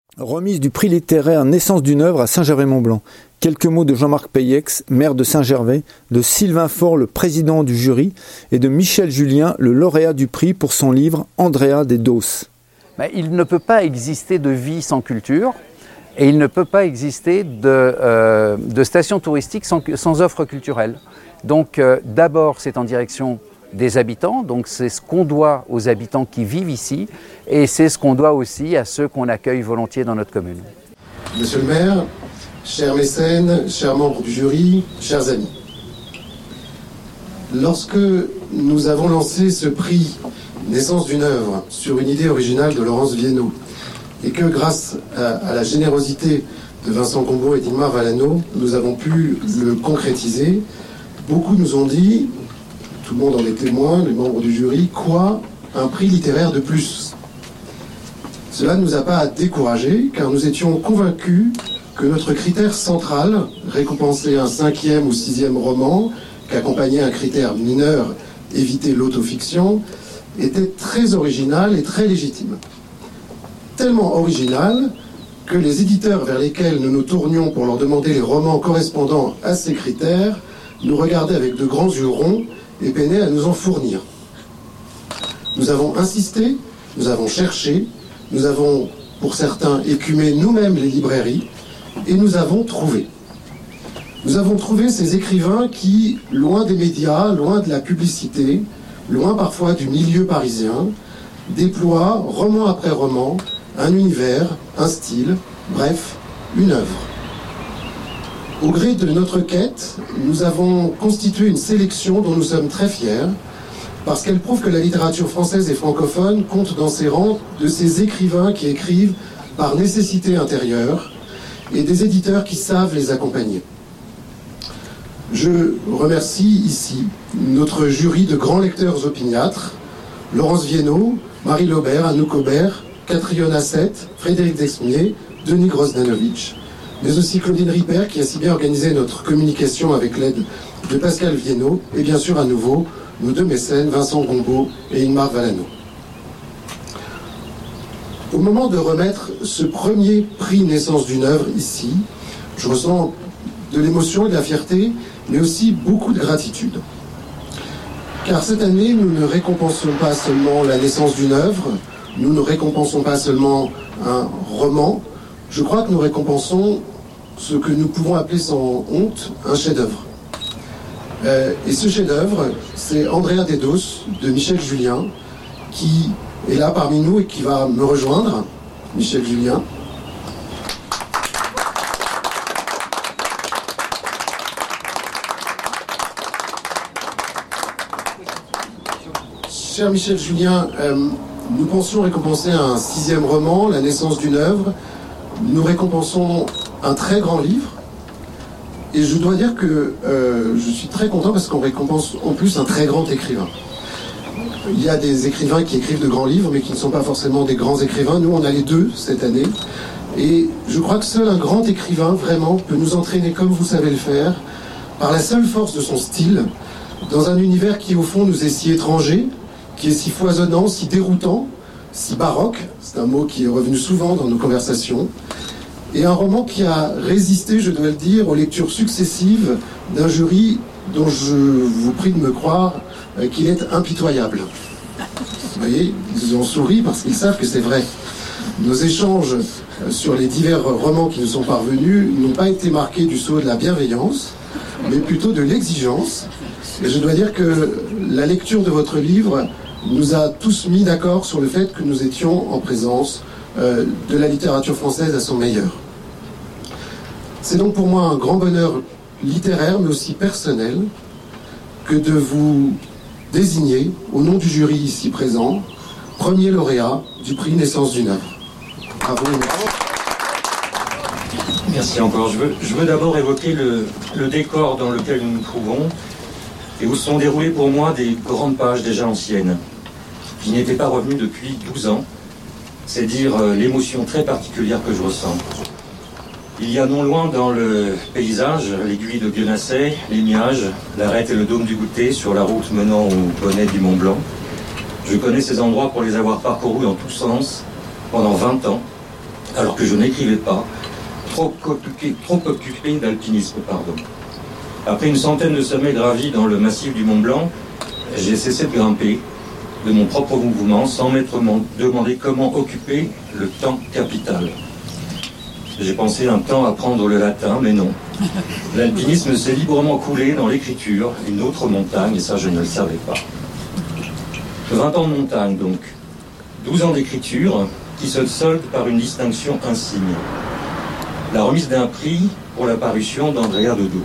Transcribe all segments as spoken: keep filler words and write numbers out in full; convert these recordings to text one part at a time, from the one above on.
Remise du prix littéraire Naissance d'une œuvre à Saint-Gervais-Mont-Blanc. Quelques mots de Jean-Marc Peyex, maire de Saint-Gervais, de Sylvain Faure, le président du jury, et de Michel Julien, le lauréat du prix pour son livre Andrea des Dos. Il ne peut pas exister de vie sans culture et il ne peut pas exister de, euh, de stations touristiques sans, sans offre culturelle. Donc euh, d'abord c'est en direction des habitants, donc c'est ce qu'on doit aux habitants qui vivent ici et c'est ce qu'on doit aussi à ceux qu'on accueille volontiers dans notre commune. Monsieur le maire, chers mécènes, chers membres du jury, chers amis. Lorsque nous avons lancé ce prix Naissance d'une œuvre sur une idée originale de Laurence Viennot et que grâce à, à la générosité de Vincent Gombaud et d'Inmar Vallano, nous avons pu le concrétiser, beaucoup nous ont dit, tout le monde en est témoin, les membres du jury, quoi, un prix littéraire de plus? Cela ne nous a pas découragés, car nous étions convaincus que notre critère central, récompenser un cinquième ou sixième roman, qu'accompagnait un critère mineur, éviter l'autofiction, était très original et très légitime. Tellement original que les éditeurs vers lesquels nous nous tournions pour leur demander les romans correspondant à ces critères nous regardaient avec de grands yeux ronds et peinaient à nous en fournir. Nous avons insisté, nous avons cherché, nous avons, pour certains, écumé nous-mêmes les librairies, et nous avons trouvé. Nous avons trouvé ces écrivains qui, loin des médias, loin de la publicité, loin parfois du milieu parisien, déploient, roman après roman, un univers, un style, bref, une œuvre. Au gré de notre quête, nous avons constitué une sélection dont nous sommes très fiers, parce qu'elle prouve que la littérature française et francophone compte dans ses rangs de ces écrivains qui écrivent par nécessité intérieure et des éditeurs qui savent les accompagner. Je remercie ici notre jury de grands lecteurs opiniâtres, Laurence Viennot, Marie Laubert, Anouk Aubert, Catherine Assette, Frédéric Desmier, Denis Grosdanovic, mais aussi Claudine Ripper qui a si bien organisé notre communication avec l'aide de Pascal Viennot, et bien sûr à nouveau nos deux mécènes, Vincent Gombaud et Inmar Vallano. Au moment de remettre ce premier prix Naissance d'une œuvre ici, je ressens de l'émotion et de la fierté, mais aussi beaucoup de gratitude. Car cette année, nous ne récompensons pas seulement la naissance d'une œuvre, nous ne récompensons pas seulement un roman, je crois que nous récompensons ce que nous pouvons appeler sans honte un chef-d'œuvre. Euh, et ce chef-d'œuvre, c'est Andrea des Dos de Michel Julien, qui est là parmi nous et qui va me rejoindre. Michel Julien. Cher Michel Julien, euh, nous pensions récompenser un sixième roman, La naissance d'une œuvre. Nous récompensons un très grand livre. Et je dois dire que euh, je suis très content parce qu'on récompense en plus un très grand écrivain. Il y a des écrivains qui écrivent de grands livres, mais qui ne sont pas forcément des grands écrivains. Nous, on a les deux cette année. Et je crois que seul un grand écrivain, vraiment, peut nous entraîner comme vous savez le faire, par la seule force de son style, dans un univers qui, au fond, nous est si étranger, qui est si foisonnant, si déroutant, si baroque, c'est un mot qui est revenu souvent dans nos conversations, et un roman qui a résisté, je dois le dire, aux lectures successives d'un jury dont je vous prie de me croire euh, qu'il est impitoyable. Vous voyez, ils ont souri parce qu'ils savent que c'est vrai. Nos échanges euh, sur les divers romans qui nous sont parvenus n'ont pas été marqués du sceau de la bienveillance, mais plutôt de l'exigence. Et je dois dire que la lecture de votre livre nous a tous mis d'accord sur le fait que nous étions en présence euh, de la littérature française à son meilleur. C'est donc pour moi un grand bonheur littéraire, mais aussi personnel, que de vous désigner, au nom du jury ici présent, premier lauréat du prix Naissance d'une œuvre. Bravo et merci. Merci encore. Je veux, je veux d'abord évoquer le, le décor dans lequel nous nous trouvons et où sont déroulées pour moi des grandes pages déjà anciennes. Je n'y étais pas revenu depuis douze ans. C'est dire euh, l'émotion très particulière que je ressens. Il y a non loin dans le paysage, l'aiguille de Guenasset, les Miages, l'arête et le dôme du Goûter sur la route menant au bonnet du Mont Blanc. Je connais ces endroits pour les avoir parcourus en tous sens pendant vingt ans. alors que je n'écrivais pas, trop occupé, trop occupé d'alpinisme, pardon. Après une centaine de sommets gravis dans le massif du Mont Blanc, j'ai cessé de grimper de mon propre mouvement sans m'être demandé comment occuper le temps capital. J'ai pensé un temps apprendre le latin, mais non. L'alpinisme s'est librement coulé dans l'écriture, une autre montagne, et ça je ne le savais pas. vingt ans de montagne donc, douze ans d'écriture qui se soldent par une distinction insigne. La remise d'un prix pour la parution d'Andrea Dodo.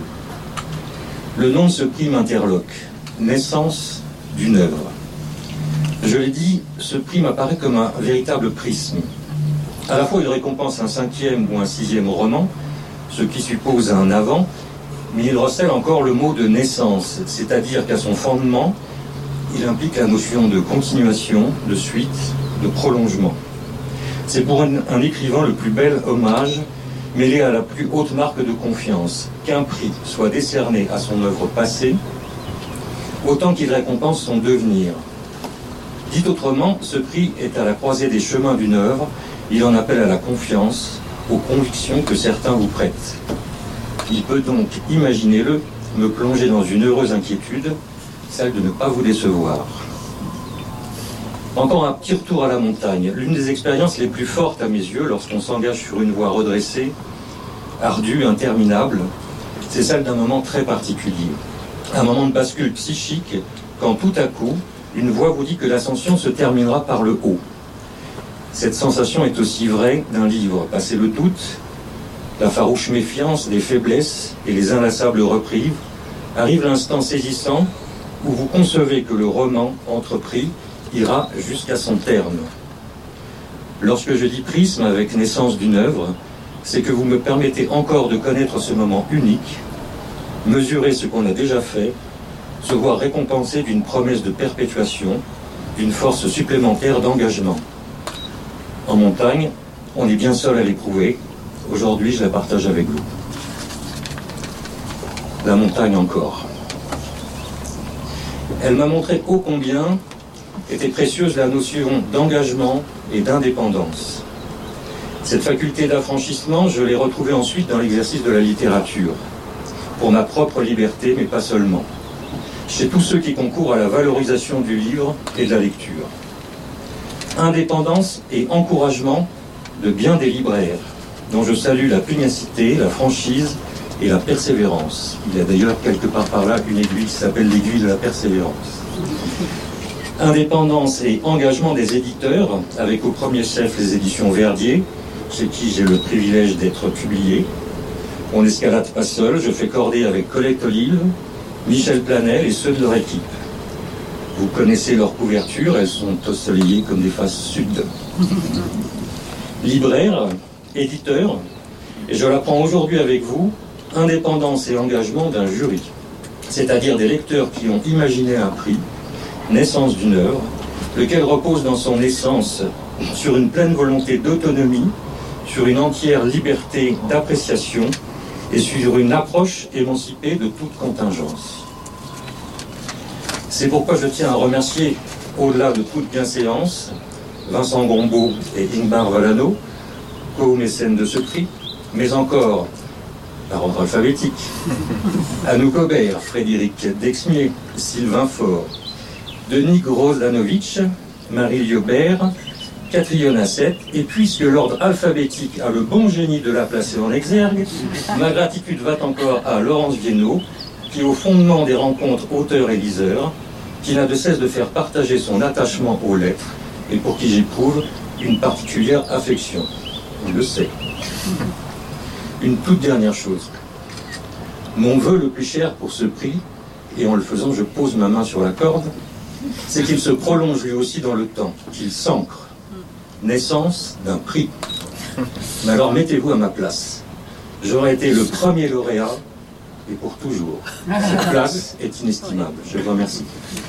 Le nom de ce prix m'interloque. Naissance d'une œuvre. Je l'ai dit, ce prix m'apparaît comme un véritable prisme. À la fois il récompense un cinquième ou un sixième roman, ce qui suppose un avant, mais il recèle encore le mot de naissance, c'est-à-dire qu'à son fondement, il implique la notion de continuation, de suite, de prolongement. C'est pour un, un écrivain le plus bel hommage, mêlé à la plus haute marque de confiance, qu'un prix soit décerné à son œuvre passée, autant qu'il récompense son devenir. Dit autrement, ce prix est à la croisée des chemins d'une œuvre, il en appelle à la confiance, aux convictions que certains vous prêtent. Il peut donc, imaginez-le, me plonger dans une heureuse inquiétude, celle de ne pas vous décevoir. Encore un petit retour à la montagne, l'une des expériences les plus fortes à mes yeux lorsqu'on s'engage sur une voie redressée, ardue, interminable, c'est celle d'un moment très particulier. Un moment de bascule psychique, quand tout à coup, une voix vous dit que l'ascension se terminera par le haut. Cette sensation est aussi vraie d'un livre, passé le doute, la farouche méfiance des faiblesses et les inlassables reprises, arrive l'instant saisissant où vous concevez que le roman entrepris ira jusqu'à son terme. Lorsque je dis prisme avec naissance d'une œuvre, c'est que vous me permettez encore de connaître ce moment unique, mesurer ce qu'on a déjà fait, se voir récompensé d'une promesse de perpétuation, d'une force supplémentaire d'engagement. En montagne, on est bien seul à l'éprouver. Aujourd'hui, je la partage avec vous. La montagne encore. Elle m'a montré ô combien était précieuse la notion d'engagement et d'indépendance. Cette faculté d'affranchissement, je l'ai retrouvée ensuite dans l'exercice de la littérature, pour ma propre liberté, mais pas seulement, chez tous ceux qui concourent à la valorisation du livre et de la lecture. Indépendance et encouragement de bien des libraires, dont je salue la pugnacité, la franchise et la persévérance. Il y a d'ailleurs quelque part par là une aiguille qui s'appelle l'aiguille de la persévérance. Indépendance et engagement des éditeurs, avec au premier chef les éditions Verdier, chez qui j'ai le privilège d'être publié. On n'escalade pas seul, je fais cordée avec Colette Olive, Michel Planel et ceux de leur équipe. Vous connaissez leurs couvertures, elles sont ensoleillées comme des faces sud. Libraire, éditeur, et je l'apprends aujourd'hui avec vous, indépendance et engagement d'un jury, c'est-à-dire des lecteurs qui ont imaginé un prix, naissance d'une œuvre, lequel repose dans son essence sur une pleine volonté d'autonomie, sur une entière liberté d'appréciation et sur une approche émancipée de toute contingence. C'est pourquoi je tiens à remercier, au-delà de toute bienséance, Vincent Gombaud et Ingmar Vallano, co-mécènes de ce prix, mais encore, par ordre alphabétique, Anouk Aubert, Frédéric Dexmier, Sylvain Faure, Denis Grozanovic, Marie Liobert, Catherine Asset, et puisque l'ordre alphabétique a le bon génie de la placer en exergue, ma gratitude va encore à Laurence Viennot, qui est au fondement des rencontres auteurs et liseurs, qui n'a de cesse de faire partager son attachement aux lettres, et pour qui j'éprouve une particulière affection. On le sait. Une toute dernière chose. Mon vœu le plus cher pour ce prix, et en le faisant je pose ma main sur la corde, c'est qu'il se prolonge lui aussi dans le temps, qu'il s'ancre. Naissance d'un prix. Mais alors mettez-vous à ma place. J'aurais été le premier lauréat, et pour toujours. Cette place est inestimable. Je vous remercie.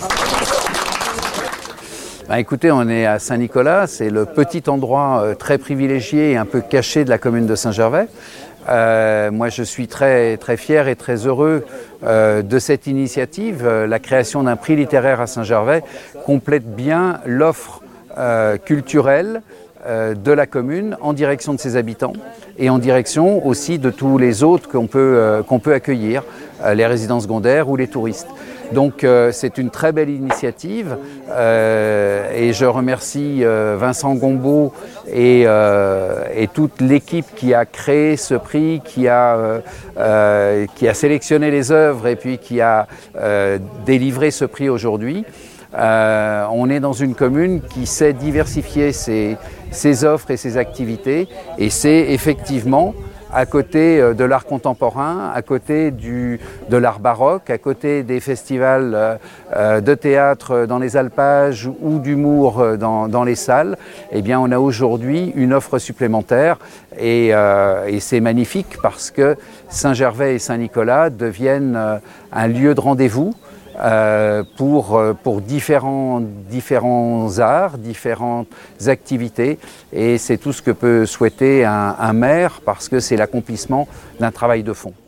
Ben écoutez, on est à Saint-Nicolas, c'est le petit endroit euh, très privilégié et un peu caché de la commune de Saint-Gervais. Euh, moi, je suis très, très fier et très heureux euh, de cette initiative. Euh, la création d'un prix littéraire à Saint-Gervais complète bien l'offre euh, culturelle euh, de la commune en direction de ses habitants et en direction aussi de tous les autres qu'on peut, euh, qu'on peut accueillir, euh, les résidents secondaires ou les touristes. Donc euh, c'est une très belle initiative euh, et je remercie euh, Vincent Gombaud et, euh, et toute l'équipe qui a créé ce prix, qui a, euh, euh, qui a sélectionné les œuvres et puis qui a euh, délivré ce prix aujourd'hui. Euh, on est dans une commune qui sait diversifier ses, ses offres et ses activités et c'est effectivement à côté de l'art contemporain, à côté du, de l'art baroque, à côté des festivals euh, de théâtre dans les alpages ou d'humour dans, dans les salles, eh bien on a aujourd'hui une offre supplémentaire et, euh, et c'est magnifique parce que Saint-Gervais et Saint-Nicolas deviennent euh, un lieu de rendez-vous Euh, pour, pour différents, différents arts, différentes activités et c'est tout ce que peut souhaiter un, un maire parce que c'est l'accomplissement d'un travail de fond.